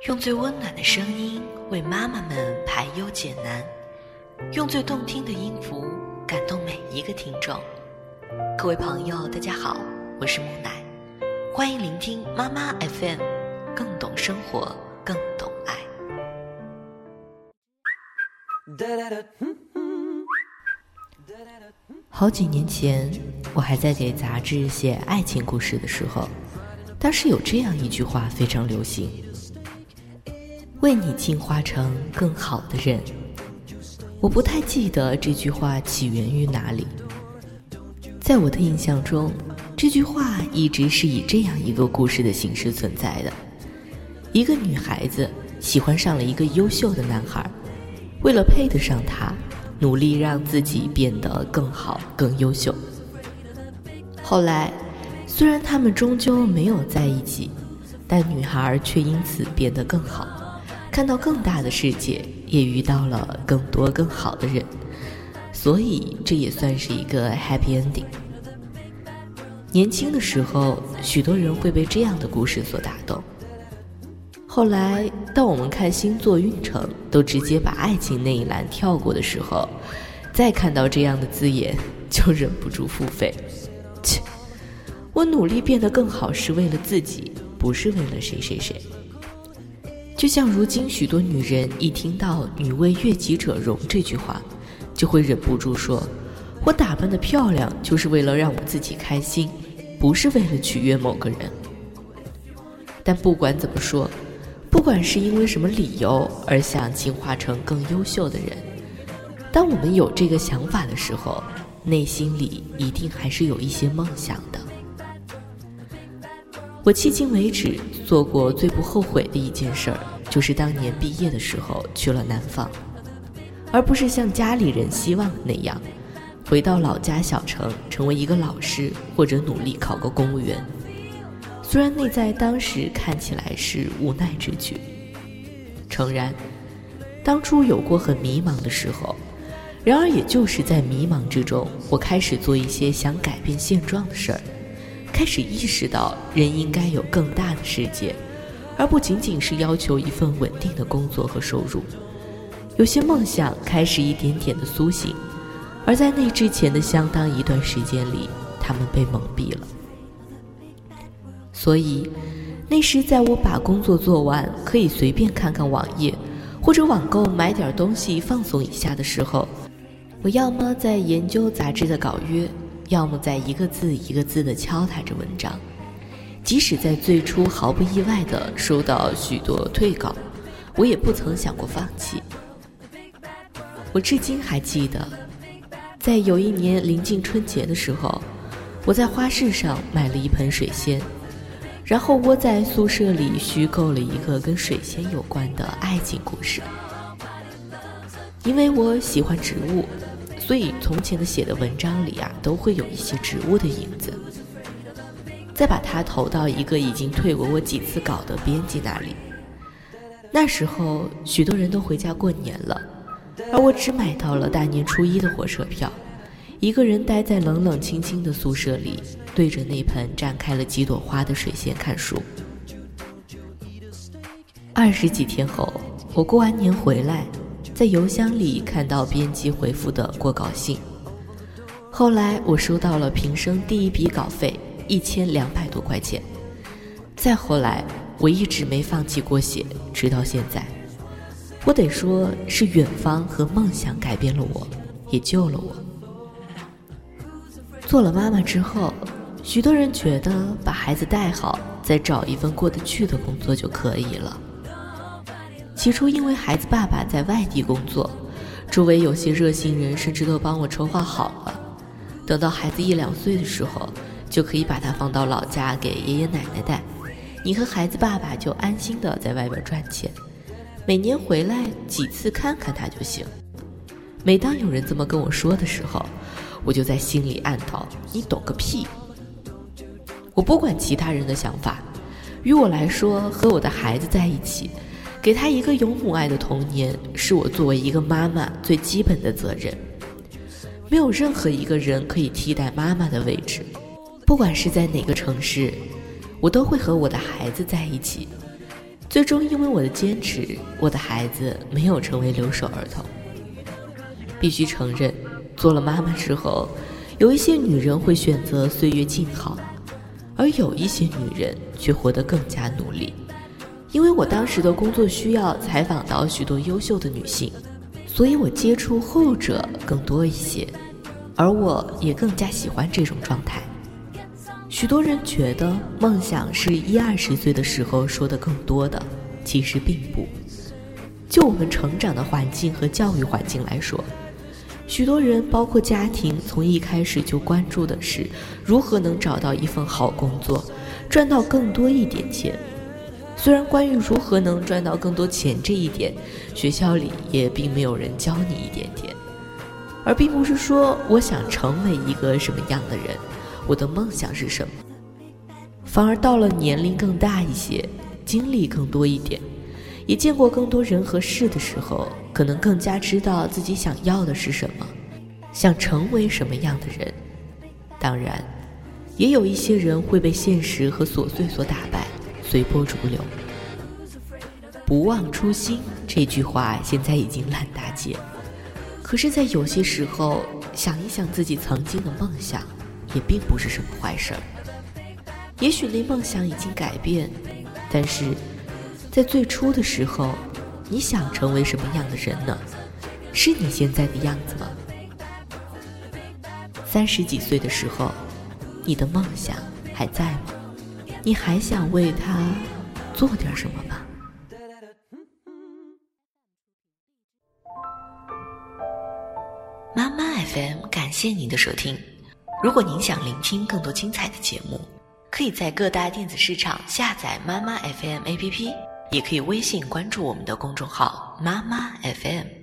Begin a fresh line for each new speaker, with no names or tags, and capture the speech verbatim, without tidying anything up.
用最温暖的声音为妈妈们排忧解难，用最动听的音符感动每一个听众。各位朋友大家好，我是木乃，欢迎聆听妈妈 F M， 更懂生活，更懂爱。好几年前，我还在给杂志写爱情故事的时候，当时有这样一句话非常流行：为你进化成更好的人。我不太记得这句话起源于哪里，在我的印象中，这句话一直是以这样一个故事的形式存在的。一个女孩子喜欢上了一个优秀的男孩，为了配得上他，努力让自己变得更好更优秀。后来虽然他们终究没有在一起，但女孩却因此变得更好，看到更大的世界，也遇到了更多更好的人，所以这也算是一个 happy ending。 年轻的时候，许多人会被这样的故事所打动，后来当我们看星座运程都直接把爱情那一栏跳过的时候，再看到这样的字眼就忍不住付费。切，我努力变得更好是为了自己，不是为了谁谁谁。就像如今许多女人一听到女为悦己者容这句话，就会忍不住说，我打扮得漂亮就是为了让我自己开心，不是为了取悦某个人。但不管怎么说，不管是因为什么理由而想进化成更优秀的人，当我们有这个想法的时候，内心里一定还是有一些梦想的。我迄今为止做过最不后悔的一件事儿，就是当年毕业的时候去了南方，而不是像家里人希望的那样回到老家小城成为一个老师，或者努力考个公务员。虽然那在当时看起来是无奈之举，诚然当初有过很迷茫的时候，然而也就是在迷茫之中，我开始做一些想改变现状的事儿，开始意识到人应该有更大的世界，而不仅仅是要求一份稳定的工作和收入。有些梦想开始一点点的苏醒，而在那之前的相当一段时间里，他们被蒙蔽了。所以那时在我把工作做完，可以随便看看网页或者网购买点东西放松一下的时候，我要么在研究杂志的稿约，要么在一个字一个字地敲打着文章。即使在最初毫不意外地收到许多退稿，我也不曾想过放弃。我至今还记得，在有一年临近春节的时候，我在花市上买了一盆水仙，然后窝在宿舍里虚构了一个跟水仙有关的爱情故事。因为我喜欢植物，所以从前的写的文章里啊，都会有一些植物的影子。再把它投到一个已经退过我几次稿的编辑那里。那时候许多人都回家过年了，而我只买到了大年初一的火车票，一个人待在冷冷清清的宿舍里，对着那盆绽开了几朵花的水仙看书。二十几天后，我过完年回来，在邮箱里看到编辑回复的过稿信。后来我收到了平生第一笔稿费一千两百多块钱。再后来我一直没放弃过写，直到现在。我得说是远方和梦想改变了我，也救了我。做了妈妈之后，许多人觉得把孩子带好，再找一份过得去的工作就可以了。起初因为孩子爸爸在外地工作，周围有些热心人甚至都帮我筹划好了，等到孩子一两岁的时候，就可以把他放到老家给爷爷奶奶带，你和孩子爸爸就安心的在外边赚钱，每年回来几次看看他就行。每当有人这么跟我说的时候，我就在心里暗道，你懂个屁。我不管其他人的想法，于我来说，和我的孩子在一起，给他一个有母爱的童年，是我作为一个妈妈最基本的责任。没有任何一个人可以替代妈妈的位置，不管是在哪个城市，我都会和我的孩子在一起， 最终因为我的坚持，我的孩子没有成为留守儿童。必须承认，做了妈妈之后，有一些女人会选择岁月静好，而有一些女人却活得更加努力。因为我当时的工作需要采访到许多优秀的女性，所以我接触后者更多一些，而我也更加喜欢这种状态。许多人觉得梦想是一二十岁的时候说的更多的，其实并不。就我们成长的环境和教育环境来说，许多人包括家庭从一开始就关注的是如何能找到一份好工作，赚到更多一点钱。虽然关于如何能赚到更多钱这一点，学校里也并没有人教你一点点，而并不是说我想成为一个什么样的人，我的梦想是什么。反而到了年龄更大一些，经历更多一点，也见过更多人和事的时候，可能更加知道自己想要的是什么，想成为什么样的人。当然，也有一些人会被现实和琐碎所打败，随波逐流。不忘初心这句话现在已经烂大街，可是在有些时候想一想自己曾经的梦想，也并不是什么坏事儿。也许那梦想已经改变，但是在最初的时候，你想成为什么样的人呢？是你现在的样子吗？三十几岁的时候，你的梦想还在吗？你还想为他做点什么吗？妈妈 F M 感谢您的收听。如果您想聆听更多精彩的节目，可以在各大电子市场下载妈妈 F M A P P， 也可以微信关注我们的公众号妈妈 F M。